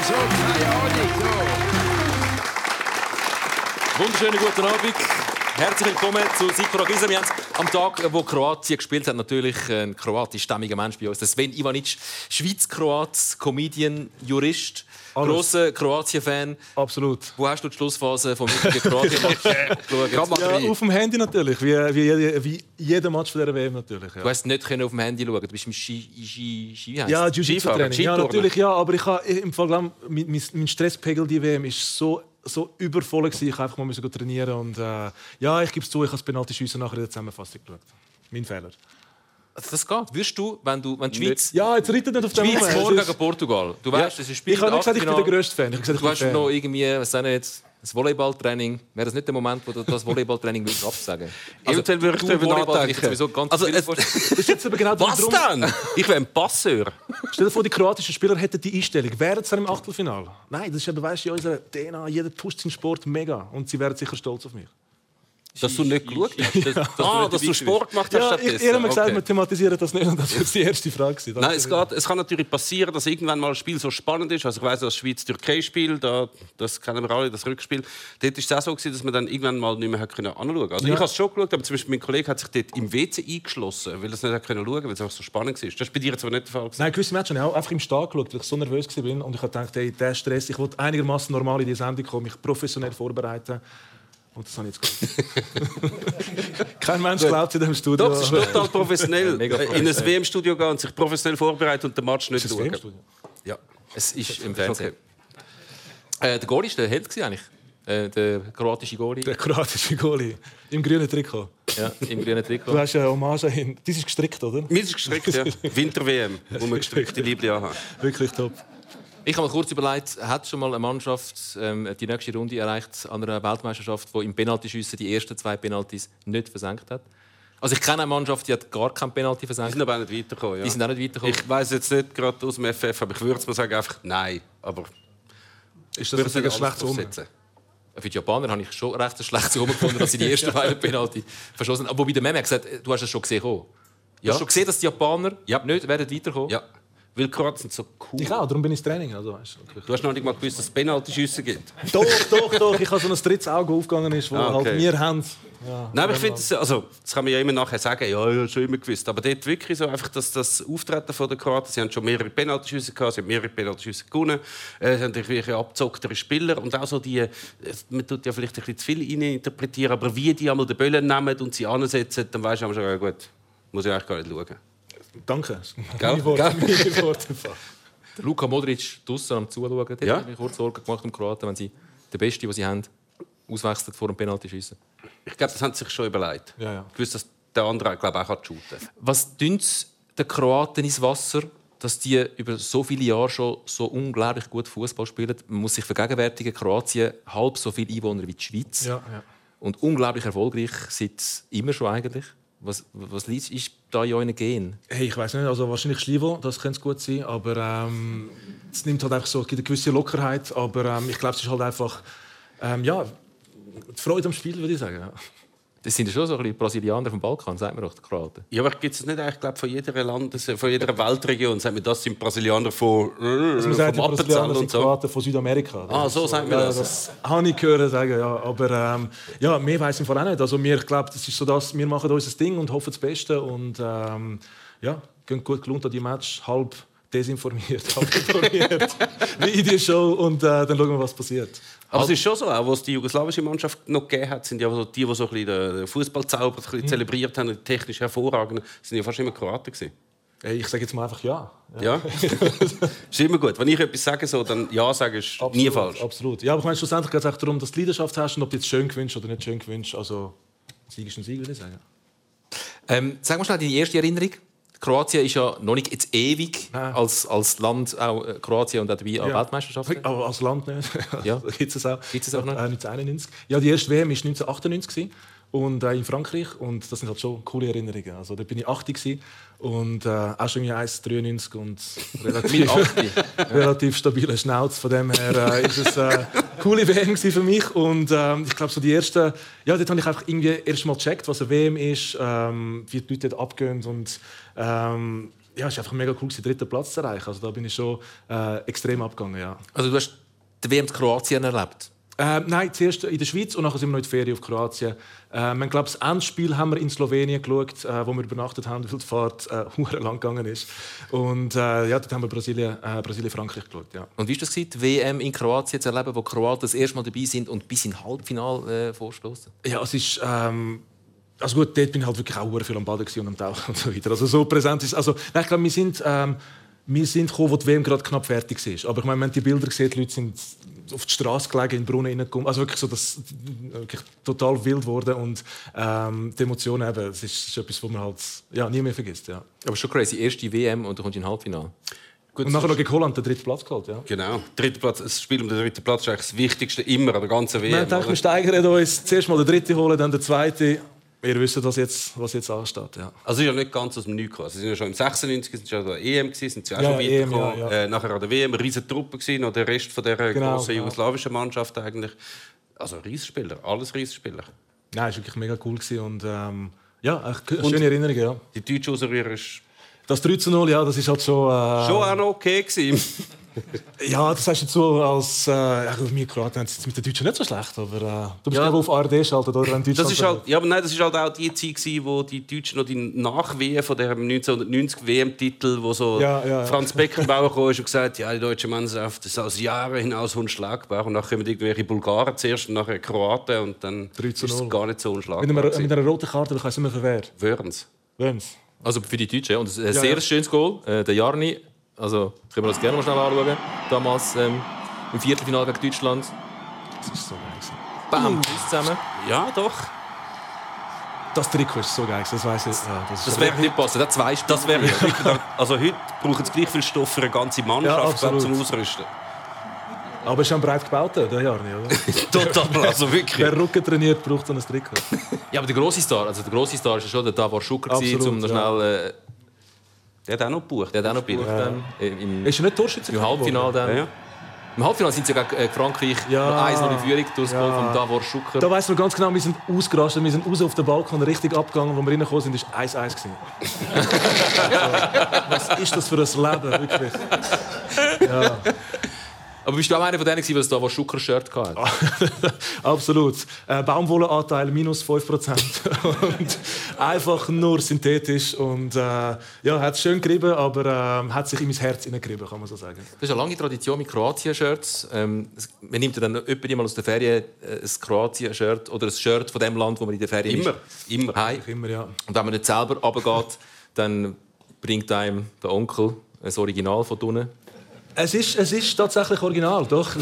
so, keine Ahnung. So. Wunderschönen guten Abend. Herzlich willkommen zu Sikora Gisa. Wir haben am Tag, wo Kroatien gespielt hat, natürlich ein kroatischstämmiger Mensch bei uns. Sven Ivanic, Schweiz-Kroat, Comedian, Jurist, grosser Kroatien-Fan. Absolut. Wo hast du die Schlussphase vom Kroatien-Match geschaut? Ja, auf dem Handy natürlich, wie jeder Match von dieser WM natürlich. Ja. Du hast nicht auf dem Handy schauen, du bist im Ski ja, Jiu-Jitsu-Training. Ja, natürlich, ja, aber ich habe im Fall mein Stresspegel die WM ist so übervoll gewesen. Ich einfach mal trainieren und ja, ich gebe es zu, ich habe das Penalty-Schiessen nachher in der Zusammenfassung geschaut. Mein Fehler. Also das geht. Wirst du, wenn die Schweiz... Ja, jetzt reitet nicht auf den Schweiz vor gegen Portugal. Du weißt, es ist ein Spiel. Ich habe nicht gesagt, ich bin der grösste Fan. Du hast noch irgendwie, was nicht, das Volleyballtraining. Wäre das nicht der Moment, wo du das Volleyballtraining absagen würdest? Eventuell würde ich darüber nachdenken. Was denn? Ich wäre ein Passeur. Stell dir vor, die kroatischen Spieler hätten die Einstellung. Wären sie im Achtelfinale? Nein, das ist eben, weißt du, unser DNA. Jeder pusht seinen Sport mega. Und sie wären sicher stolz auf mich. Dass du nicht geschaut hast? Dass du Sport gemacht hast stattdessen? Ich habe mir gesagt, wir thematisieren das nicht. Und das war die erste Frage. Nein, es kann natürlich passieren, dass irgendwann mal ein Spiel so spannend ist. Also ich weiss, das Schweiz-Türkei-Spiel, das kennen wir alle, das Rückspiel. Dort war es auch so, dass man dann irgendwann mal nicht mehr anschauen konnte. Also ich habe es schon geschaut, aber zum Beispiel mein Kollege hat sich dort im WC eingeschlossen, weil er es nicht schauen konnte, weil es einfach so spannend war. Das war bei dir jetzt aber nicht der Fall. Nein, gewisse Matches habe ich auch einfach im Stall geschaut, weil ich so nervös war. Und ich dachte, hey, der Stress, ich wollte einigermaßen normal in die Sendung kommen, mich professionell vorbereiten. Und das habe ich jetzt gemacht. Kein Mensch glaubt in diesem Studio. Doch, es ist total professionell. In ein WM-Studio gehen und sich professionell vorbereiten und den Match nicht schauen. Ja, es ist im Fernsehen. Der Goalie war der Held eigentlich. Der kroatische Goalie. Der kroatische Goalie. Im grünen Trikot. Ja, im grünen Trikot. Du hast eine Hommage hin. Das ist gestrickt, oder? Mir ist gestrickt, ja. Winter-WM, wo wir gestrickte Liebling haben. Wirklich top. Ich habe mir kurz überlegt, hat schon mal eine Mannschaft die nächste Runde erreicht an einer Weltmeisterschaft, die im Penaltyschiessen die ersten 2 Penaltys nicht versenkt hat? Also ich kenne eine Mannschaft, die hat gar keinen Penalty versenkt. Die sind aber auch nicht weitergekommen. Ja. Die sind auch nicht weitergekommen. Ich weiss jetzt nicht gerade aus dem FF, aber ich würde mal sagen, einfach nein. Aber ist das für ein schlechtes Umsetzen? Für die Japaner habe ich schon recht ein schlechtes gefunden, dass sie die ersten 2 Penalty verschossen haben. Wobei der Meme hat gesagt, du hast es schon gesehen. Ja. Du hast schon gesehen, dass die Japaner nicht weiterkommen werden? Ja. Weil Kroatien so cool. Ich auch, darum bin ich ins Training. Also, du hast noch nicht mal gewusst, dass es Penalty-Schüsse gibt? Doch. Ich habe so ein drittes Auge aufgegangen, das halt wir haben. Ja, nein, aber ich finde, das kann man ja immer nachher sagen, ja, schon immer gewusst. Aber dort wirklich so einfach das Auftreten der Kroaten, sie haben schon mehrere Penalty-Schüsse gehabt, sie haben mehrere Penalty-Schüsse gewonnen, sie haben wirklich abgezocktere Spieler und auch so die, man tut ja vielleicht ein bisschen zu viel interpretieren, aber wie die einmal den Böllen nehmen und sie ansetzen, dann weisst du schon, ja, gut, muss ich eigentlich gar nicht schauen. Danke. Der Luka Modric draussen am Zuschauen. Der hat mir kurz Sorgen gemacht um Kroaten, wenn sie den Besten, den sie haben, auswechseln vor dem Penalty-Schiessen. Ich glaube, das haben sie sich schon überlegt. Ja. Ich wusste, dass der andere glaube auch shooten kann. Was tun den Kroaten ins Wasser, dass die über so viele Jahre schon so unglaublich gut Fußball spielen? Man muss sich vergegenwärtigen, Kroatien halb so viele Einwohner wie die Schweiz. Ja. Und unglaublich erfolgreich seit immer schon eigentlich. Was ist da in euren Gen? Hey, ich weiß nicht, also wahrscheinlich Schlivo, das könnte es gut sein, aber es nimmt halt einfach so, es gibt eine gewisse Lockerheit, aber ich glaube, es ist halt einfach die Freude am Spiel, würde ich sagen. Ja. Das sind ja schon so ein bisschen Brasilianer vom Balkan, sagt man doch, die Kroaten. Ja, aber gibt es nicht eigentlich, glaube von jeder von jeder Weltregion, sagt man, das sind Brasilianer von Appenzell und so. Kroaten von Südamerika. So sagt man das. Das habe ich gehört sagen, ja. Aber mehr weiß ich im Fall auch nicht. Also ich glaube, das ist so, dass wir machen unser Ding und hoffen das Beste und gehen gut gelaunt an die Match, halb desinformiert, halb informiert, wie in die Show und dann schauen wir, was passiert. Aber es ist schon so, auch was die jugoslawische Mannschaft noch gegeben hat, sind ja so die so ein bisschen den Fußballzauber zelebriert haben, technisch hervorragend, sind ja fast immer Kroaten gewesen. Hey, ich sage jetzt mal einfach ja. Ja? Ist immer gut. Wenn ich etwas sage, so, dann ja sagen ist absolut, nie falsch. Absolut. Ja, aber ich meine, schlussendlich geht es auch darum, dass du Leidenschaft hast und ob du jetzt schön gewünscht oder nicht schön gewünscht. Also Sieg ist ein Sieg, würde ich sagen. Sag mal schnell deine erste Erinnerung. Kroatien ist ja noch nicht jetzt ewig als Land, auch Kroatien und auch dabei an Weltmeisterschaften. Aber als Land nicht. Ja. Gibt es auch. Gibt es auch noch? 1991. Ja, die erste WM war 1998 und in Frankreich und das sind halt schon coole Erinnerungen. Also da bin ich 80 und auch schon 1,93 und relativ stabiler Schnauz. Von dem her ist es eine coole WM für mich und ich glaube so die erste, ja, dort habe ich einfach irgendwie erst mal gecheckt, was eine WM ist, wie die Leute dort abgehen und ja, es ist einfach mega cool, den 3. Platz zu erreichen. Also da bin ich schon extrem abgegangen, ja. Also du hast die WM in Kroatien erlebt? Nein, zuerst in der Schweiz und dann sind wir noch in die Ferien auf Kroatien. Ich glaube, das Endspiel haben wir in Slowenien geschaut, wo wir übernachtet haben, weil die Fahrt lang gegangen ist. Und dort haben wir Brasilien-Frankreich geschaut. Ja. Und wie war das, die WM in Kroatien zu erleben, wo die Kroaten das erste Mal dabei sind und bis ins Halbfinale vorstoßen? Ja, es ist... also gut, dort bin ich halt wirklich auch viel am Baden und am Tauchen und so weiter. Also so präsent ist... Also, nein, ich glaube, wir sind gekommen, wo die WM gerade knapp fertig ist. Aber ich meine, wenn man die Bilder sieht, die Leute sind auf die Straße gelegen, in den Brunnen reingekommen. Also wirklich so, das wirklich total wild geworden. Und die Emotionen eben, das ist etwas, was man halt nie mehr vergisst. Ja. Aber schon crazy, erste WM und du kommst in den Halbfinale. Gut, und nachher noch gegen Holland den 3. Platz geholt. Ja. Genau, das Spiel um den 3. Platz ist eigentlich das Wichtigste immer an der ganzen WM. Wir denken, wir steigern uns zuerst mal den 3. holen, dann den 2. Wir wissen, was jetzt ansteht. Ja. Also es ist ja nicht ganz aus dem Nichts gekommen. Sie sind ja schon im 96, sind schon an der EM gewesen, sind sie auch schon EM, weitergekommen. ja. Nachher an der WM eine riesige Truppe gewesen, noch der Rest von der grossen jugoslawischen Mannschaft eigentlich. Also Riesspieler, alles Riesspieler. Nein, es war wirklich mega cool und schöne Erinnerungen. Ja. Die deutsche Ausrührer ist das 3:0, ja, das ist halt schon auch noch okay gewesen. Ja, das hast du jetzt so als... wir Kroaten haben es mit den Deutschen nicht so schlecht, aber du bist ja auf ARD schaltet, oder? Das ist halt, ja, aber nein, das ist halt auch die Zeit gewesen, wo die Deutschen noch die Nach-WM von dem 1990 WM-Titel, wo so Franz Beckenbauer kam und gesagt, ja, die deutsche Mannschaft ist aus Jahren hinaus unschlagbar. Und dann kommen irgendwelche Bulgaren zuerst und nachher Kroaten und dann ist es gar nicht so unschlagbar. Mit einer roten Karte, kannst du nicht mehr verwehren. Wörns. Also für die Deutschen. Und ein sehr schönes Goal. Der Jarni, also können wir das gerne mal schnell anschauen. Damals im Viertelfinale gegen Deutschland. Das ist so geil. Bam, zusammen. Ja, doch. Das Trikot ist so geil, das weiss ich. Ja, das wäre nicht passen. Das wäre also heute braucht es gleich viel Stoff für eine ganze Mannschaft zum Ausrüsten. Aber es ist ein breit gebaut, der Jarni, oder? Total, also wirklich. Wer Rücken trainiert, braucht so ein Trikot. Ja, aber der grosse Star war schon der Davor Schuker, um noch schnell... Der hat auch noch gebucht. Ist er nicht Torschütze? Im Halbfinale dann. Ja. Im Halbfinale sind sie gegen Frankreich 1-0 in Führung durch das Goal von Davor Schuker. Da weiss man ganz genau, wir sind ausgerastet, wir sind raus auf den Balkon, richtig abgegangen. Als wir reingekommen sind, war 1-1. Was ist das für ein Leben, wirklich? Ja. Aber bist du auch einer von denen, der das Davor Schuker Shirt hatte? Absolut. Baumwollenanteil -5%. Und einfach nur synthetisch. Und hat es schön gerieben, aber hat sich in mein Herz hineingerieben, kann man so sagen. Das ist eine lange Tradition mit Kroatien-Shirts. Man nimmt dann jemand mal aus der Ferien ein Kroatien-Shirt oder ein Shirt von dem Land, wo man in der Ferien ist. Immer, ja. Und wenn man nicht selber runtergeht, dann bringt einem der Onkel ein Original von unten. Es ist tatsächlich original, doch. Ich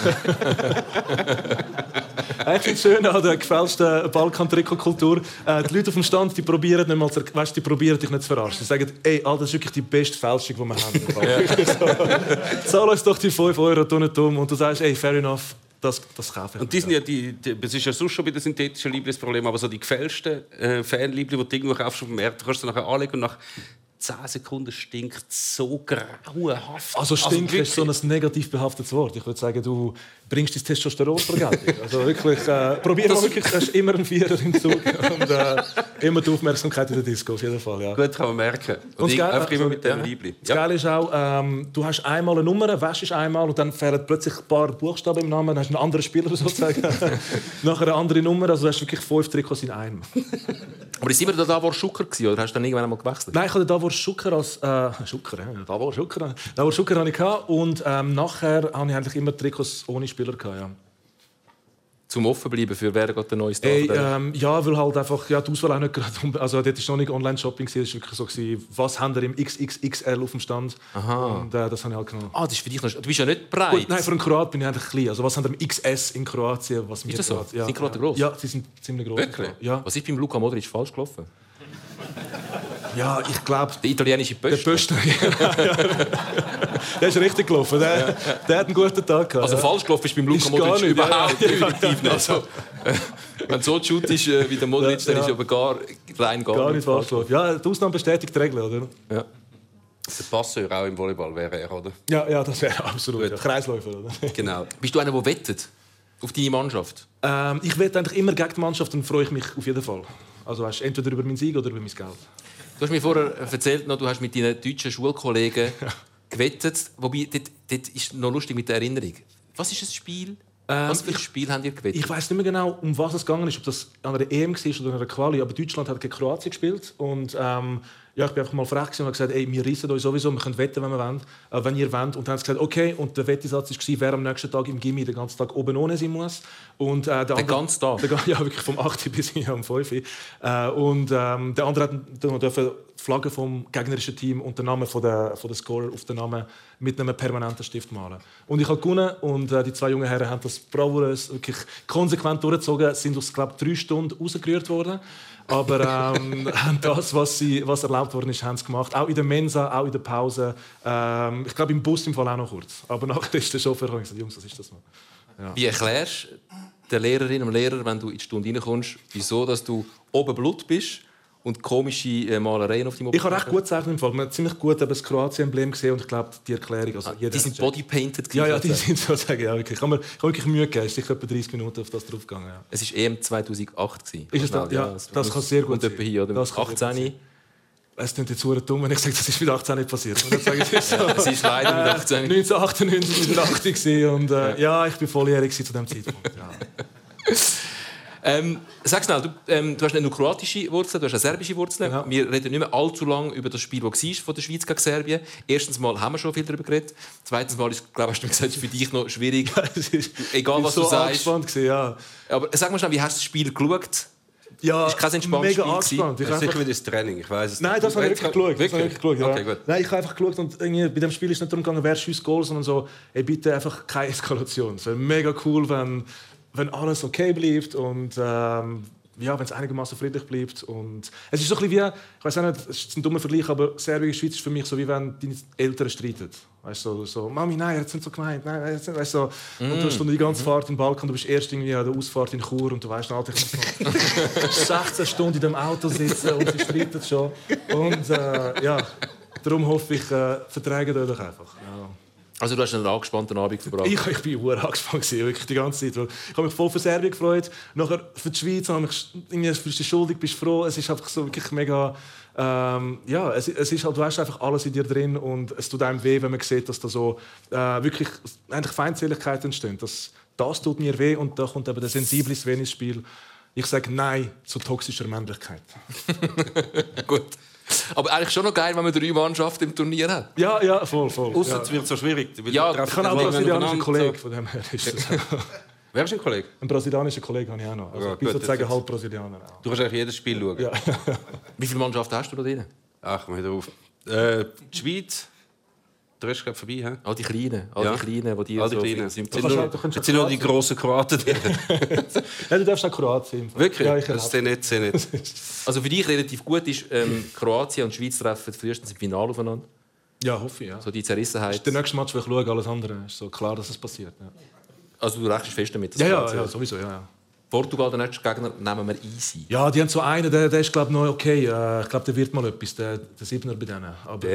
finde es schön an der gefälschten Balkan-Trikot-Kultur. Die Leute auf dem Stand, die probieren nicht mal, die probieren dich nicht zu verarschen. Die sagen, ey, das ist wirklich die beste Fälschung, die wir haben. Zahl uns doch die 5 € dumm und du sagst, ey, fair enough. Das kaufe ich. Und die sind ja das ist ja sonst schon bei den synthetischen Liebling das Problem, aber so die gefälschten Fanliebling, die du irgendwo kaufst auf dem Markt, kannst du nachher anlegen und nach 10 Sekunden stinkt so grauenhaft. Also stinkt ist so ein negativ behaftetes Wort. Ich würde sagen, du bringst dein Testosteron zur Geltung. Also wirklich, probier mal wirklich, hast immer einen Vierer im Zug und immer die Aufmerksamkeit in der Disco, auf jeden Fall. Ja. Gut, kann man merken. Und einfach immer mit dem Liebling. Das Geile ist auch, du hast einmal eine Nummer, wäschst einmal und dann fehlen plötzlich ein paar Buchstaben im Namen, dann hast du einen anderen Spieler sozusagen. Nachher eine andere Nummer, also du hast wirklich 5 Trikots in einem. Aber ist immer der Davor Schuker oder hast du dann irgendwann einmal gewechselt? Nein, ich hatte Davor Schuker als Davor Schuker hatte ich und nachher hatte ich eigentlich immer Trikots ohne Spieler gehabt, ja. Zum Offenbleiben für wer geht der neue Star? Ja, weil halt einfach die Auswahl auch nicht gerade... Also dort war noch nicht Online-Shopping, es war wirklich so, was haben wir im XXXL auf dem Stand. Aha. Und das habe ich halt genommen. Das ist für dich noch... Du bist ja nicht breit. Gut, nein, für einen Kroat bin ich eigentlich klein. Also was haben wir im XS in Kroatien? Was ist das so? Ja, sind Kroaten gross? Ja, sie sind ziemlich gross. Wirklich? Ja. Was ist beim Luka Modric falsch gelaufen? Ja, ich glaube... Der italienische Pöstler. Der Pöstler, der ist richtig gelaufen. Der hat einen guten Tag gehabt. Also falsch gelaufen ist beim Luka Modric nicht, überhaupt definitiv nicht. Also, wenn so Shoot ist wie der Modric, dann ist aber gar nicht falsch gelaufen. Ja, die Ausnahme bestätigt die Regel, oder? Ja. Der Passeur auch im Volleyball wäre er, oder? Ja, das wäre absolut. Ja. Kreisläufer, oder? Genau. Bist du einer, der wettet auf deine Mannschaft? Ich wette eigentlich immer gegen die Mannschaft und freue ich mich auf jeden Fall. Also weißt, entweder über meinen Sieg oder über mein Geld. Du hast mir vorher erzählt, du hast mit deinen deutschen Schulkollegen gewettet. Wobei, dort ist noch lustig mit der Erinnerung. Was ist das Spiel? Was für ein Spiel haben ihr gewettet? Ich weiß nicht mehr genau, um was es gegangen ist, ob das an einer EM war oder an einer Quali. Aber Deutschland hat gegen Kroatien gespielt. Und ich bin einfach mal frech und habe gesagt, ey, wir rissen euch sowieso, wir können wetten, wenn wir wollen, wenn ihr wollt. Und dann haben sie gesagt, okay. Und der Wettesatz war, wer am nächsten Tag im Gimmi den ganzen Tag oben ohne sein muss. Und, den ganzen Tag? Ja, wirklich vom 8 bis um 5 und der andere hat dann die Flagge vom gegnerischen Team und den Namen von der Scorer auf den Namen mit einem permanenten Stift malen. Und ich habe gewonnen und die zwei jungen Herren haben das bravourös wirklich konsequent durchgezogen, sind aus, glaube ich, 3 Stunden rausgerührt worden. Aber haben das, was erlaubt worden ist, haben sie gemacht. Auch in der Mensa, auch in der Pause. Ich glaube, im Bus im Fall auch noch kurz. Aber nachher ist der Chauffeur und gesagt, Jungs, was ist das noch? Ja. Wie erklärst du der Lehrerin und Lehrer, wenn du in die Stunde reinkommst, wieso dass du oben Blut bist und komische Malereien auf deinem Ich habe recht gut gezeichnet im Fall. Man hat ziemlich gut das Kroatien-Emblem gesehen und ich glaube, die Erklärung... Also die sind bodypainted? Ja, die sind sozusagen, ja, wirklich. Ich habe wirklich Mühe gegeben. Es ist sicher etwa 30 Minuten auf das draufgegangen. Ja. Es war EM 2008. Ist es das? Ja, das kann sehr gut sein. Hier, oder? Das 18. Es klingt jetzt sehr dumm, wenn ich sage, das ist mit 18 nicht passiert. Und dann sage ich, es ist leider mit 18. 1998 mit 80 und ich war volljährig zu diesem Zeitpunkt. Ja. Sag schnell, du hast nicht nur kroatische Wurzeln, du hast auch serbische Wurzeln. Ja. Wir reden nicht mehr allzu lange über das Spiel, das war von der Schweiz gegen Serbien. Erstens mal haben wir schon viel darüber geredet. Zweitens mal ist, glaube ich, gesagt, für dich noch schwierig. Egal was du sagst. Ja. Aber sag mal schnell, wie hast du das Spiel geschaut? Ja, ist kein entspanntes mega angespannt. Das ist sicher wieder das Training, ich weiss es. Nein, das habe ich wirklich geschaut. Ja. Okay, gut. Nein, ich habe einfach geschaut und bei dem Spiel ist es nicht darum gegangen, wer schießt Goal, sondern so, ey, bitte einfach keine Eskalation. Es wäre mega cool, wenn alles okay bleibt und wenn es einigermaßen friedlich bleibt. Und es ist so ein bisschen wie, ich weiß auch nicht, es ist ein dummer Vergleich, aber Serbien und Schweiz ist für mich so, wie wenn deine Eltern streiten. Weißt du, so, Mami, nein, er hat es nicht so gemeint. Nein, weißt du, so. Und du hast die ganze Fahrt im Balkan, du bist erst irgendwie an der Ausfahrt in Chur und du weißt, Alter, ich muss 16 Stunden in dem Auto sitzen und sie streiten schon. Und darum hoffe ich, verträgt euch doch einfach. Ja. Also du hast einen angespannten Abend verbracht? Ich war angespannt, wirklich die ganze Zeit. Ich habe mich voll für Serbien gefreut, nachher für die Schweiz, habe mich für die Schuldig, bist froh. Es ist einfach so wirklich mega... es ist halt, du hast einfach alles in dir drin und es tut einem weh, wenn man sieht, dass da so wirklich eigentlich Feindseligkeiten entstehen. Das tut mir weh und da kommt eben der sensible Sven ins Spiel. Ich sage Nein zu toxischer Männlichkeit. Gut. Aber eigentlich schon noch geil, wenn man 3 Mannschaften im Turnier hat. Ja, voll. Ausser es wird so schwierig. Ja, ich habe auch einen brasilianischen Kollegen, von dem her ist das. Wer ist ein Kollege? Ein brasilianischer Kollege habe ich auch noch. Also, ich bin sozusagen halb Brasilianer. Auch. Du kannst eigentlich jedes Spiel schauen. Ja. Wie viele Mannschaften hast du da drin? Ach, komm wieder auf. Die Schweiz. Der Rest ist vorbei. He? All die Kleinen, die dir all die so Kleinen. sympathisieren. Jetzt sind nur die grossen Kroaten drin. Ja, du darfst auch Kroatien. Wirklich? Ja, das ist nicht. Also für dich relativ gut ist, Kroatien und Schweiz treffen frühestens im Finale aufeinander. Ja, hoffe ich. Ja. So die Zerrissenheit. Das ist der nächste Match, wo ich schaue, alles andere ist so klar, dass es passiert. Ja. Also du rechnest fest damit, dass ja, sowieso, ja. Portugal, der nächste Gegner, nehmen wir easy. Ja, die haben so einen, der ist glaube noch okay. Ich glaube, der wird mal etwas, der Siebner bei denen. Aber,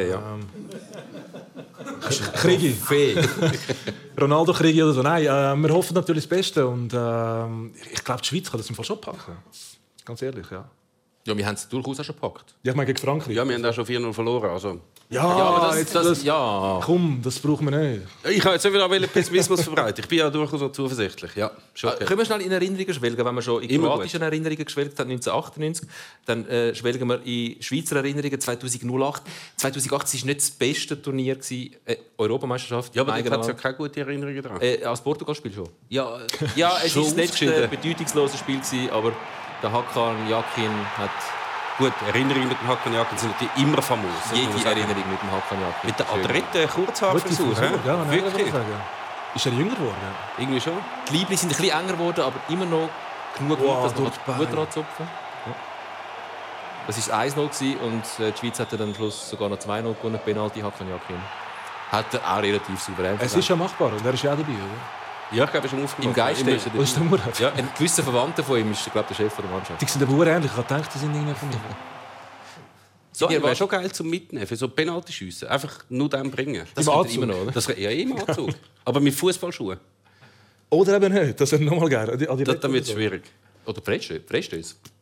Krigi. Ronaldo Krigi oder so. Nein, wir hoffen natürlich das Beste. Und ich glaube, die Schweiz kann das im Fall schon packen. Ganz ehrlich, ja. Ja, wir haben es durchaus auch schon gepackt. Ja, ich meine gegen Frankreich. Ja, wir haben auch schon 4-0 verloren. Also. Ja, aber komm, das brauchen wir nicht. Ich habe jetzt wieder Pessimismus verbreitet. Ich bin ja durchaus noch zuversichtlich. Ja, okay. Können wir schnell in Erinnerungen schwelgen? Wenn wir schon in kroatischen Erinnerungen geschwelgt haben, 1998, dann schwelgen wir in Schweizer Erinnerungen 2008. 2008 war nicht das beste Turnier, Europameisterschaft. Ja, aber da hat es ja keine gute Erinnerungen dran. Als Portugal-Spiel schon. Ja, es war das letzte bedeutungslose Spiel, aber der Hakan Yakin hat... Gut, Erinnerungen mit dem Hakan Yakin sind natürlich immer famos. Jede Erinnerung mit dem Hakan Yakin. Mit der adretten Kurzhaarfrisur. Ja, wirklich. Ist er jünger geworden? Irgendwie schon. Die Liebling sind ein bisschen enger geworden, aber immer noch genug weit, dass man gut dran zupfen. Ja. Das war 1-0 und die Schweiz hat dann am Schluss sogar noch 2-0 gewonnen. Penalty Hakan Yakin. Hat er auch relativ souverän. Es ist ja machbar und er ist ja auch dabei, oder? Ja, ich glaube, er ist aufgemacht. Im Geist ist er dabei. Ja, ein gewisser Verwandter von ihm ist, glaube ich, der Chef der Mannschaft. Die sind aber ähnlich. Ich habe gedacht, die sind irgendwie von mir. So, wäre schon geil zum Mitnehmen, für so Penalty-Schüsse. Einfach nur dem bringen. Das Im Anzug. Immer noch, oder? Ja, im Anzug. Aber mit Fußballschuhen. Oder eben nicht. Das wäre nochmal geil. Dann wird es schwierig. Oder Freistöße.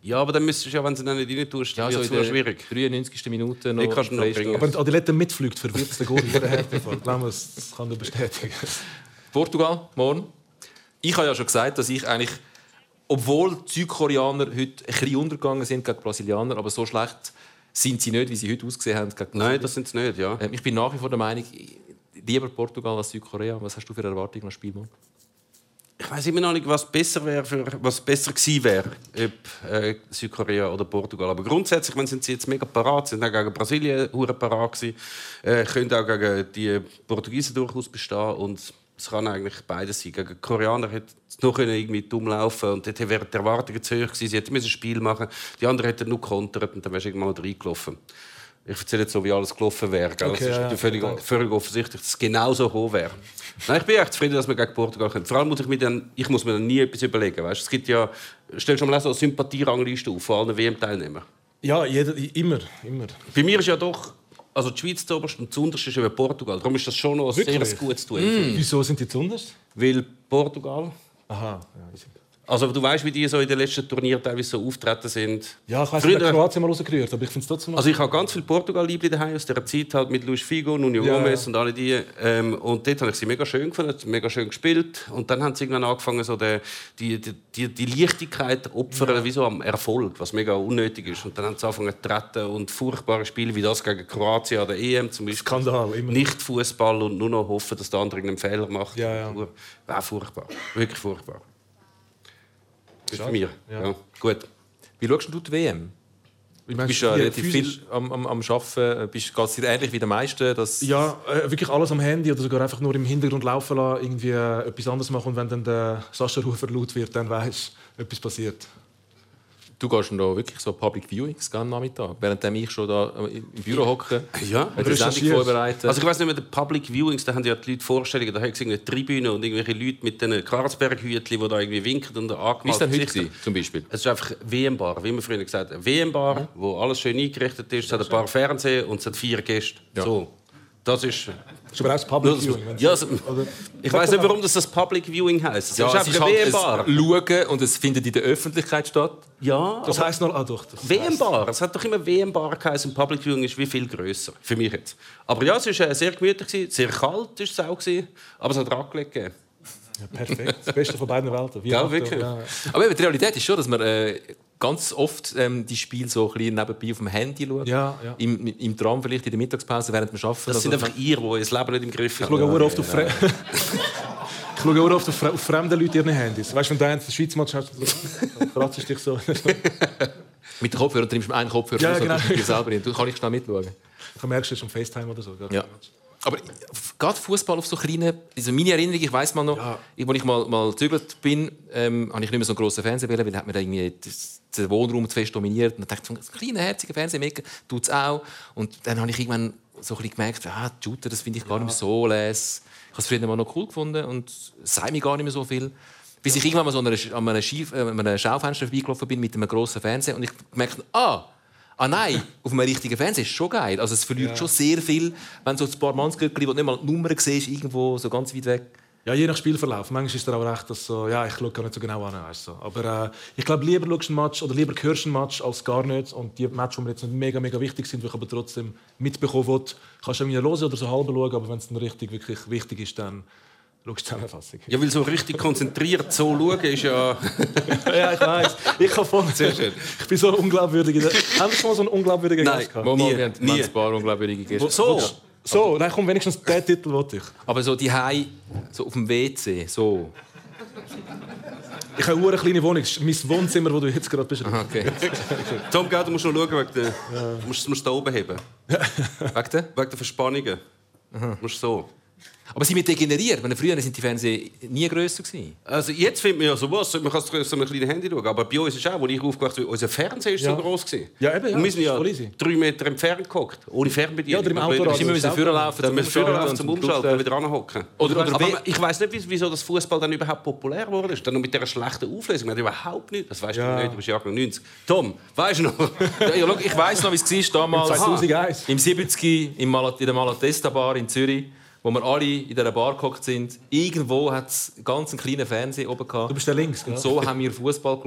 Ja, aber dann müsstest du ja, wenn du ihn nicht rein tust, Ja, wird so es in der schwierig. 93. Minute noch. Den kannst du noch bringen. Aber der Letter mitfliegt, verwirrt es den Goal in der Härtefall. Das kann er bestätigen. Portugal, morgen. Ich habe ja schon gesagt, dass ich eigentlich, obwohl die Südkoreaner heute ein bisschen untergegangen sind gegen die Brasilianer, aber so schlecht sind sie nicht, wie sie heute ausgesehen haben. Gegen Nein, das sind sie nicht, ja. Ich bin nach wie vor der Meinung, lieber Portugal als Südkorea. Was hast du für Erwartungen als Spiel? Ich weiß immer noch nicht, was besser gewesen wäre, ob Südkorea oder Portugal. Aber grundsätzlich, wenn sie jetzt mega parat sind, auch gegen Brasilien hure parat gewesen, können auch gegen die Portugiesen durchaus bestehen und es kann eigentlich beides sein. Gegen die Koreaner hätte es noch irgendwie dumm laufen und dort wären die Erwartungen zu hoch gewesen. Sie hätten ein Spiel machen, die anderen hätten nur kontert und dann wärst du irgendwann mal reingelaufen. Ich erzähle jetzt so, wie alles gelaufen wäre. Okay, es ist völlig offensichtlich, dass es genau so gekommen wäre. Nein, ich bin echt zufrieden, dass wir gegen Portugal können. Vor allem muss ich mir dann nie etwas überlegen. Weißt? Es gibt ja, stellst du mal so eine Sympathierangliste auf von allen WM-Teilnehmern. Ja, immer. Bei mir ist ja doch, also die Schweiz zuoberst und zuunterst ist eben Portugal. Darum ist das schon noch ein sehr gutes Duell. Wieso sind die zuunterst? Weil Portugal... Aha. Ja, also du weißt, wie die so in den letzten Turnieren teilweise so auftreten sind. ja, ich weiss, ich habe Kroatien mal rausgerührt, aber ich finde es trotzdem... Also ich habe ganz viele Portugal-Liebli daheim aus dieser Zeit halt mit Luis Figo, Nuno Gomes und alle die. Und dort habe ich sie mega schön gefunden, mega schön gespielt. Und dann haben sie irgendwann angefangen, so die Leichtigkeit zu opfern, wie so am Erfolg, was mega unnötig ist. Und dann haben sie angefangen zu treten und furchtbare Spiele wie das gegen Kroatien an der EM zum Beispiel. Skandal, immer. Nicht Fußball und nur noch hoffen, dass der andere einen Fehler macht. Ja. War furchtbar, wirklich furchtbar. Das ist für mich. Ja. Gut. Wie schaust du die WM? Du bist ja relativ viel am Arbeiten. Geht es dir ähnlich wie den meisten? Ja, wirklich alles am Handy oder sogar einfach nur im Hintergrund laufen lassen, irgendwie etwas anderes machen. Und wenn dann der Sascha Rufer laut wird, dann weisst du, etwas passiert. Du gehst da wirklich so Public Viewings am Nachmittag, während ich schon da im Büro hocke, Ja, eine Sendung vorbereiten. Also ich weiss nicht mehr, die Public Viewings, da haben ja die Leute Vorstellungen, da hat es eine Tribüne und irgendwelche Leute mit den Karlsberg-Hütchen, die da irgendwie winken und angemalt. Wie ist denn heute gewesen, zum Beispiel? Es ist einfach WM-Bar, wie wir früher gesagt haben. WM-Bar, wo alles schön eingerichtet ist, es hat ein paar Fernseher und es hat 4 Gäste. Ja. So. Das ist... Das ist aber auch das Public Viewing. Ja, also, ich weiss nicht, warum das Public Viewing heisst. Es ist Es einfach ist eine halt WM-Bar. ein Schauen und es findet in der Öffentlichkeit statt. Ja, Das heisst noch... doch. WM-Bar. Es hat doch immer WM-Bar geheißen. Public Viewing ist wie viel grösser für mich jetzt. Aber ja, es war sehr gemütlich, sehr kalt war es auch, aber es hat Raclette gegeben. Ja, perfekt. Das Beste von beiden Welten. Ja, wirklich. Ja. Aber eben, die Realität ist schon, dass man ganz oft die Spiele so ein bisschen nebenbei auf dem Handy schaut. Ja. Im Tram vielleicht, in der Mittagspause, während wir arbeiten. Das sind einfach ihr, die ihr Leben nicht im Griff Ich haben. schaue auch oft auf Ich schaue auch oft auf fremde Leute ihre Handys. Weißt du, wenn du einen Schweiz-Match hast, dann kratzt du dich so. Mit den Kopfhörern trimmst du einen Kopfhörer Ja, raus, genau. und dir selber hin. Du kannst schnell mitschauen. Du merkst es schon FaceTime oder so. Ja. Aber gerade Fußball auf so kleinen... Also meine Erinnerung, ich weiss mal noch, als ich mal gezügelt bin, habe ich nicht mehr so einen grossen Fernseher wählen, weil hat mir da irgendwie den Wohnraum zu fest dominiert. Und dann dachte ich, so ein kleiner, herziger Fernseher tut es auch. Und dann habe ich irgendwann so ein bisschen gemerkt, die Shooter, das finde ich gar nicht mehr so les. Ich habe es früher mal noch cool gefunden und es sagt mir gar nicht mehr so viel. Bis ich irgendwann mal so an einem Schaufenster vorbeigelaufen bin mit einem grossen Fernseher und ich merkte, nein, auf einem richtigen Fernseher ist schon geil. Also es verliert schon sehr viel, wenn so ein paar Mannsgürtel, wo nicht mal die Nummer siehst, irgendwo so ganz weit weg. Ja, je nach Spielverlauf. Manchmal ist es auch recht, dass so, ich schaue gar nicht so genau an. Weißt du. Aber ich glaube, lieber schaust du einen Match oder lieber hörst du einen Match als gar nicht. Und die Matches, die mir jetzt nicht mega wichtig sind, die ich aber trotzdem mitbekommen will, kannst du irgendwie hören oder so halb schauen. Aber wenn es dann richtig wirklich wichtig ist, dann schaust du die Zusammenfassung. Ja, weil so richtig konzentriert so schauen ist ja... Ja, ich weiß. Ich kann voll. Sehr schön. Ich bin so ein unglaubwürdiger... Haben wir schon mal so einen unglaubwürdigen Nein. Gast gehabt? Wir haben nie. ein paar unglaubwürdige Gäste. So? So, nein, komm, wenigstens den Titel wollte ich. Aber so die Hause, so auf dem WC, so. Ich habe eine kleine Wohnung. Das ist mein Wohnzimmer, wo du jetzt gerade bist. Okay. Tom, du musst noch schauen, du musst da oben heben. Wegen der? Wegen der Verspannungen. Du musst so. Aber sind wir degeneriert? Weil früher sind die Fernseher nie grösser gewesen. Also jetzt findet man ja sowas, man kann so ein kleines Handy schauen. Aber bei uns ist auch, als ich aufgewacht bin, unser Fernseher ist so groß gewesen. Ja, eben, ja, Und wir sind das ist ja voll easy. 3 Meter entfernt gehockt, ohne Fernbedienung. Ja, oder im Autoradio. Wir müssen früher laufen, Dann müssen wir laufen zum Umschalten und wieder anhocken. Aber ich weiss nicht, wieso das Fußball dann überhaupt populär geworden ist. Dann noch mit dieser schlechten Auflösung. Man hat überhaupt nicht. Das weißt du nicht, du bist Jahrgang 90. Tom, weißt du noch? Ja, schau, ich weiss noch, wie es war damals. 2001. Im 70 in der Malatesta Bar in Zürich, wo wir alle in dieser Bar gehockt sind. Irgendwo hat es einen ganz kleinen Fernseher oben gehabt. Du bist der links, gell? Und so haben wir Fußball geschaut.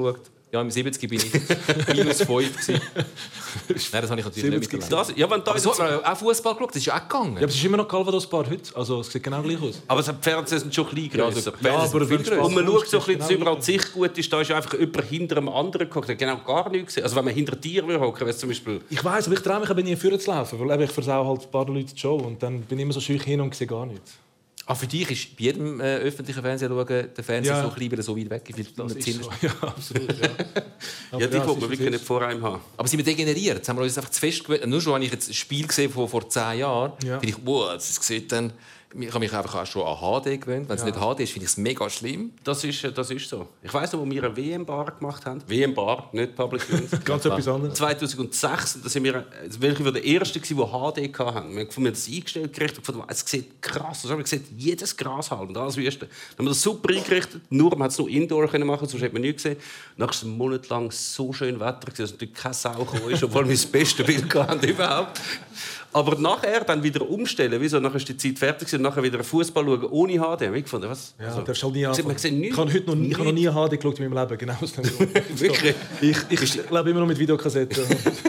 Ja, im 70 bin ich -5 gewesen. Nein, das habe ich natürlich nicht miterlebt. Ja, wenn da Aber so hat man auch Fußball geschaut, das ist ja auch gegangen. Ja, aber es ist immer noch Calvados-Bar heute. Also, es sieht genau gleich aus. aber die Fernseher sind schon klein grösser. aber viel grösser. Und man schaut so ein bisschen, dass überall die Sicht gut ist. Da ist einfach jemand hinter dem anderen gehockt. Der hat genau gar nichts gesehen. Also wenn man hinter Tieren hocken würde, zum Beispiel... Ich weiss, aber ich traue mich aber nie vorne zu laufen, weil ich versau halt ein paar Leute die Show und dann bin ich immer so schüch hin und sehe gar nichts. Für dich ist bei jedem öffentlichen Fernsehen schauen, der Fernseher so klein, weil er so weit weg ist. Das ist so. Ja, absolut. Ja, Ja, die wollte man wirklich nicht vor einem haben. Aber sind wir degeneriert? Jetzt haben wir uns einfach zu fest gewöhnt. Nur schon, wenn ich jetzt ein Spiel gesehen von vor 10 Jahren, finde ich, wow, das sieht dann... Ich habe mich einfach auch schon an HD gewöhnt. Wenn es nicht HD ist, finde ich es mega schlimm. Das ist so. Ich weiss noch, wo wir eine WM-Bar gemacht haben. WM-Bar, nicht Public Viewing. Ganz etwas anderes. 2006, da sind wir, welche war der erste, der HD hatten. Wir haben das eingestellt gekriegt und gefunden, es sieht krass aus. Man sieht jedes Gras halb und alles Wüste. Dann haben wir das super eingerichtet. Man hat es nur Indoor machen, sonst hat man nichts gesehen. Dann war es einen Monat lang so schön Wetter, dass natürlich keine Sau gekommen ist, obwohl wir das beste Bild hatten überhaupt. Aber nachher dann wieder umstellen, wieso? Nachher ist die Zeit fertig und nachher wieder Fußball schauen ohne HD. Ich gefunden, was? Ja, darfst halt nie anfangen. Ich habe noch nie HD geschaut in meinem Leben, genau aus dem Grund. Wirklich? Ich lebe immer noch mit Videokassetten.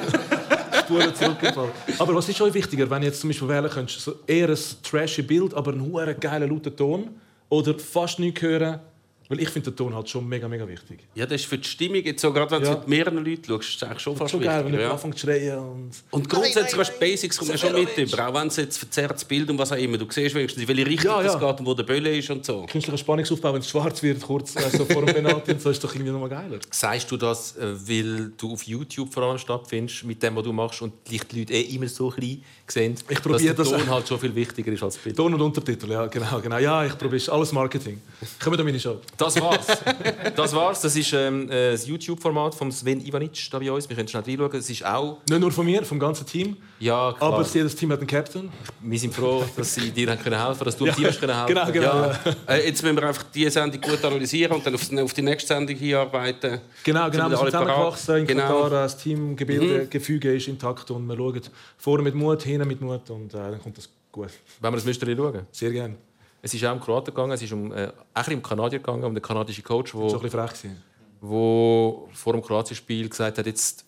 Spuren zurückgefallen. Aber was ist schon wichtiger, wenn du jetzt zum Beispiel wählen könntest, so eher ein trashy Bild, aber einen hohen geilen, lauten Ton oder fast nichts hören? Weil ich finde den Ton halt schon mega, mega wichtig. Ja, das ist für die Stimmung, jetzt so, gerade wenn du mit mehreren Leuten schaust, ist es eigentlich schon fast schon geil, wenn wichtiger, du anfängst zu schreien. Und grundsätzlich hast du Basics kommt schon mit über, auch wenn es jetzt verzerrtes Bild und was auch immer. Du siehst wenigstens, in welche Richtung es geht und wo der Bölle ist und so. Künstlicher Spannungsaufbau, wenn es schwarz wird, kurz also vor dem Penalty, und so ist doch irgendwie noch mal geiler. Sagst du das, weil du auf YouTube vor allem stattfindest, mit dem, was du machst, und die Leute immer so klein sehen, ich probiere dass der Ton halt schon viel wichtiger ist als das Bild? Ton und Untertitel, ja, genau. Ja, ich probiere alles Marketing. Kommen da meine Show. Das war's. Das ist das YouTube-Format von Sven Ivanic da bei uns. Wir können schnell reinschauen. Es ist auch... Nicht nur von mir, vom ganzen Team. Ja, klar. Aber jedes Team hat einen Captain. Wir sind froh, dass sie dir helfen können, dass du dem Team helfen Genau. Ja. Jetzt müssen wir einfach diese Sendung gut analysieren und dann auf die nächste Sendung hinarbeiten. Genau. Wir sind zusammengewachsen in Katar. Das Teamgebilde, Gefüge ist intakt und wir schauen vorne mit Mut, hinten mit Mut und dann kommt das gut. Wenn wir das Müsterli schauen? Sehr gerne. Es ist auch um Kroaten gegangen, es ist um Kanadier gegangen, um den kanadischen Coach, der so ein bisschen frech vor dem Kroatien-Spiel gesagt hat, jetzt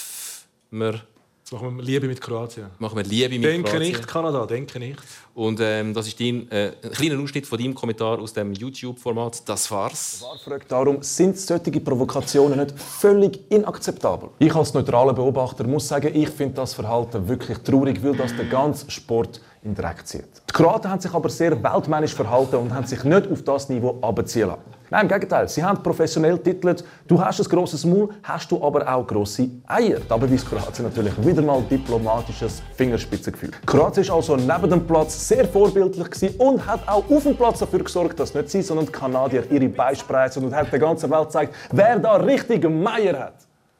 machen wir Liebe mit Kroatien. Machen wir Liebe mit denke Kroatien. Nicht, Kanada, denke nicht. Und das ist ein kleiner Ausschnitt von deinem Kommentar aus dem YouTube-Format «Das war's». Fragt darum, sind solche Provokationen nicht völlig inakzeptabel? Ich als neutraler Beobachter muss sagen, ich finde das Verhalten wirklich traurig, weil das den ganzen Sport in den Dreck zieht. Die Kroaten haben sich aber sehr weltmännisch verhalten und haben sich nicht auf das Niveau abziehen lassen. Nein, im Gegenteil, sie haben professionell titelt, du hast ein grosses Maul, hast du aber auch grosse Eier. Dabei weist Kroatien natürlich wieder mal diplomatisches Fingerspitzengefühl. Kroatien war also neben dem Platz sehr vorbildlich und hat auch auf dem Platz dafür gesorgt, dass nicht sie, sondern die Kanadier ihre Beine spreizen und hat der ganzen Welt gezeigt, wer da richtig Meier hat.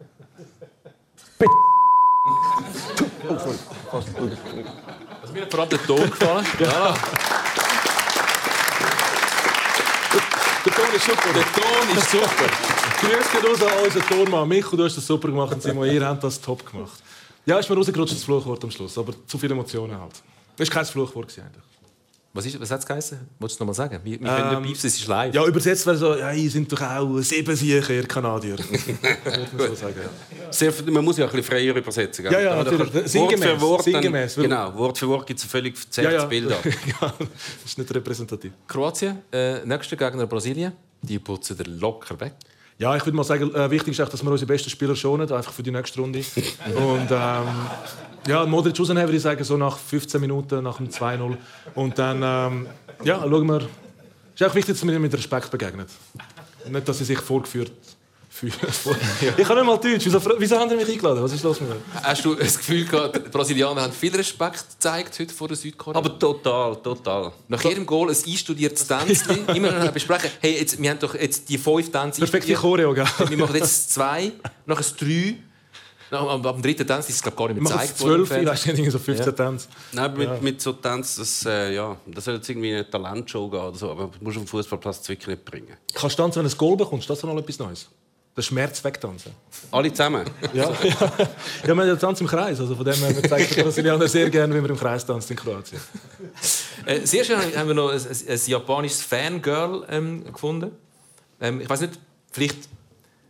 Oh, sorry. Also mir hat vor allem der Ton gefallen. Ja. Der Ton ist super. Der Ton ist super. Grüß geht raus an unseren Tonmann. Michael, du hast das super gemacht und Simon, ihr habt das top gemacht. Ja, ist mir rausgerutscht, das Fluchwort am Schluss, aber zu viele Emotionen halt. Das war kein Fluchwort eigentlich. Was hat es geheißen? Wolltest du noch mal sagen? Wir können nicht piepsen, es ist live. Ja, übersetzt wäre so, ja, ihr seid doch auch 7 Sieger, ihr Kanadier. So sagen, ja. Man muss ja ein bisschen freier übersetzen. Ja, ja, natürlich. Sinngemäß. Sinngemäß. Genau, Wort für Wort gibt es ein völlig verzerrtes Bild ab. Ja, das ist nicht repräsentativ. Kroatien, nächster Gegner Brasilien. Die putzen den locker weg. Ja, ich würde mal sagen, wichtig ist auch, dass wir unsere besten Spieler schonen, einfach für die nächste Runde. Und ja, Modric rausnehmen, würde ich sagen, so nach 15 Minuten, nach dem 2-0. Und dann ja, schauen wir. Es ist auch wichtig, dass man ihnen mit Respekt begegnet. Nicht, dass sie sich vorgeführt fühlen. Ich kann nicht mal Deutsch. Wieso haben Sie mich eingeladen? Was ist los mit mir? Hast du das Gefühl gehabt, die Brasilianer haben viel Respekt gezeigt heute vor der Südkorea? Aber total. Nach jedem Goal ein einstudiertes Tänzchen. Immer besprechen, hey, jetzt, wir haben doch jetzt die 5 Tänze. Perfekte Choreo, gell? Wir machen jetzt 2, nachher 3. Ab dem 3. Tanz ist es gar nicht mehr gezeigt worden. 12, ich weiß nicht, so 15 Tänze. Nein, mit so Tanz, das soll jetzt irgendwie eine Talentshow gehen oder so, aber du musst auf dem Fußballplatz wirklich nicht bringen. Kannst du tanzen, wenn du ein Goal bekommst? Das ist noch etwas Neues. Der Schmerz wegtanzen. Alle zusammen? Ja, wir haben ja Tanz im Kreis. Also von dem her zeigt die Brasilianer sehr gerne, wie man im Kreis tanzt in Kroatien. Sehr schön haben wir noch ein japanisches Fangirl gefunden. Ich weiß nicht, vielleicht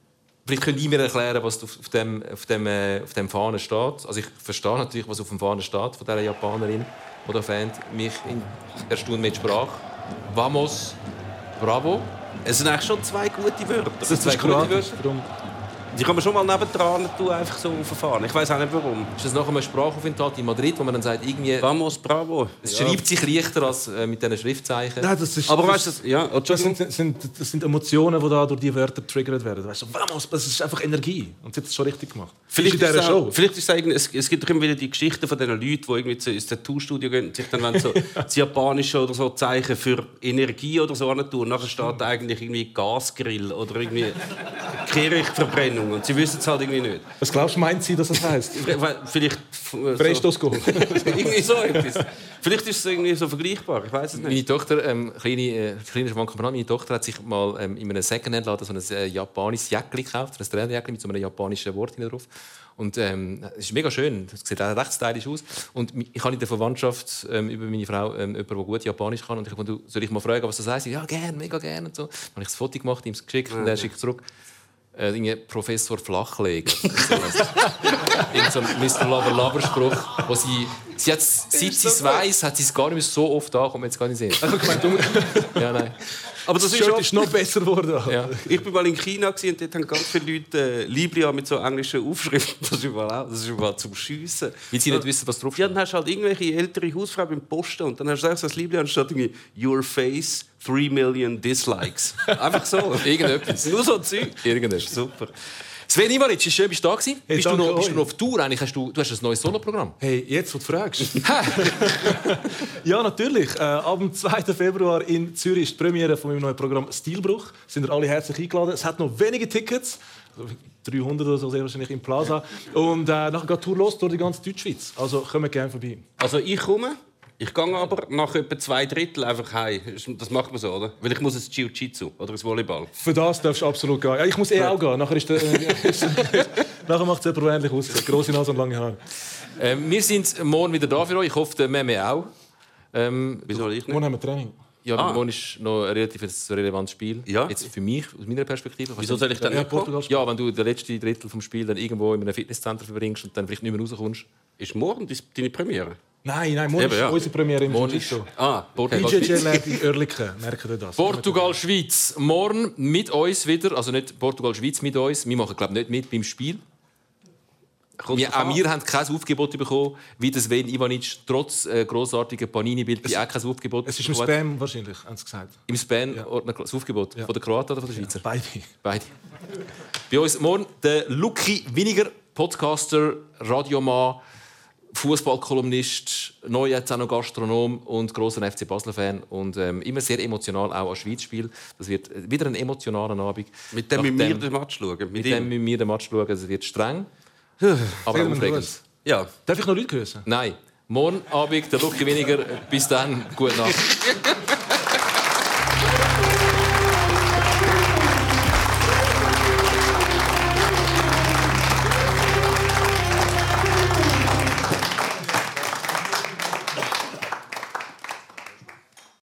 Vielleicht könnt ihr mir erklären, was auf dem Fahnen steht. Also ich verstehe natürlich, was auf dem Fahnen steht von dieser Japanerin oder Fan. Mich erstaunt mit Sprache. Vamos, bravo. Es sind eigentlich schon 2 gute Wörter. Das sind 2 gute Wörter. Die kann man schon mal nebendran tun, einfach so verfahren. Ich weiß auch nicht warum. Ist das nach einem Sprachaufenthalt in Madrid, wo man dann sagt, irgendwie... Vamos, bravo. Es schreibt sich leichter als mit diesen Schriftzeichen. Nein, das ist, Aber weißt du, ja, das sind Emotionen, die da durch die Wörter getriggert werden. Weißt du, vamos, das ist einfach Energie. Und sie hat es schon richtig gemacht. Vielleicht in dieser Show. Vielleicht ist es gibt doch immer wieder die Geschichten von diesen Leuten, die irgendwie ins Tattoo-Studio gehen und sich dann so das japanische oder so Zeichen für Energie oder so tun. Und nachher steht eigentlich irgendwie Gasgrill oder irgendwie Kehrichtverbrennung. Und sie wissen es halt irgendwie nicht. Was glaubst du, meint sie, dass das heisst? Vielleicht... Freistoßgoal. irgendwie so etwas. Vielleicht ist es irgendwie so vergleichbar. Ich weiß es nicht. Meine Tochter, kleine Schwankampanat, meine Tochter hat sich mal in einem Secondhand-Laden so ein japanisches Jäckchen gekauft, ein Trainerjäckchen mit so einem japanischen Wort drauf. Und es ist mega schön. Es sieht auch recht stylisch aus. Und ich habe in der Verwandtschaft über meine Frau jemanden, der gut Japanisch kann. Und ich habe soll ich mal fragen, was das heißt? Ja, gerne, mega gerne. Und so. Dann habe ich das Foto gemacht, ihm es geschickt und er schickt zurück. Professor Flachlegen. Irgend so ein Mr. Lover-Lover-Spruch, wo sie hat, seit sie es weiss, hat sie es gar nicht mehr so oft da, kommt man jetzt gar nicht sehen. Ja, nein. Aber das ist noch besser geworden. Ja. Ich war mal in China und dort haben ganz viele Leute Libria mit so englischen Aufschriften. Das ist überall zum Schiessen. Weil sie nicht wissen, was drauf Ja, steht. dann hast du halt irgendwelche ältere Hausfrau beim Posten und dann hast du so ein Libria und steht irgendwie «Your face, 3 million dislikes». Einfach so. Irgendetwas. Nur so Zeug. Irgendetwas. Super. Sven Ivanic, ist schön, bist du da gewesen? Hey, bist du danke noch euch. auf Tour? Eigentlich du hast ein neues Soloprogramm. Hey, jetzt, wo du fragst. Ja, natürlich. Am 2. Februar in Zürich ist die Premiere von meinem neuen Programm «Stilbruch». Sind ihr alle herzlich eingeladen. Es hat noch wenige Tickets. 300 oder so sehr wahrscheinlich im Plaza. Und nachher geht die Tour los durch die ganze Deutschschweiz. Also kommt gerne vorbei. Also ich komme, ich gehe aber nach etwa 2/3 einfach heim. Das macht man so, oder? Weil ich muss ins Jiu-Jitsu oder ins Volleyball. Für das darfst du absolut gehen. Ja, ich muss auch gehen. Nachher, nachher macht es jemand, der ähnlich aussieht. Grosse Nase und lange Haare. Wir sind morgen wieder da für euch. Ich hoffe, der Meme auch. Wieso ich nicht? Morgen haben wir Training. Ja, morgen ist noch ein relativ relevantes Spiel. Ja. Jetzt für mich, aus meiner Perspektive. Wieso soll ich dann Ja, nicht kommen? Portugal. Ja, wenn du das letzte Drittel vom Spiel dann irgendwo in einem Fitnesscenter verbringst und dann vielleicht nicht mehr rauskommst. Ist morgen deine Premiere? Nein, morgen Eben, ist ja. unsere Premiere im Morgen ist Jiu-Jitsu. Portugal, BJJ Schweiz. Lab in Oerlikon. Merkt ihr das? Portugal, Schweiz. Morgen mit uns wieder. Also nicht Portugal, Schweiz mit uns. Wir machen, glaube ich, nicht mit beim Spiel. Auch wir haben kein Aufgebot bekommen, wie das Sven Ivanic trotz grossartigen Panini-Bild auch kein Aufgebot Es ist im bekommen hat. Spam wahrscheinlich, haben sie gesagt. Im Spam-Ordner das Aufgebot. Ja. Von der Kroaten oder von der Schweizer? Beide. Beide. Bei uns morgen der Lucky Winiger, Podcaster, Radiomann, Fußballkolumnist, neu jetzt auch noch Gastronom und grosser FC Basel-Fan und immer sehr emotional auch an Schweiz-Spiel. Das wird wieder ein emotionaler Abend. Mit dem müssen wir den Match schauen. Mit dem müssen wir den Match schauen. Es wird streng, aber Sehr auch aufregend. gut. Ja. Darf ich noch Leute grüßen? Nein, morgen Abend der Lucky Winiger. Bis dann, gute Nacht.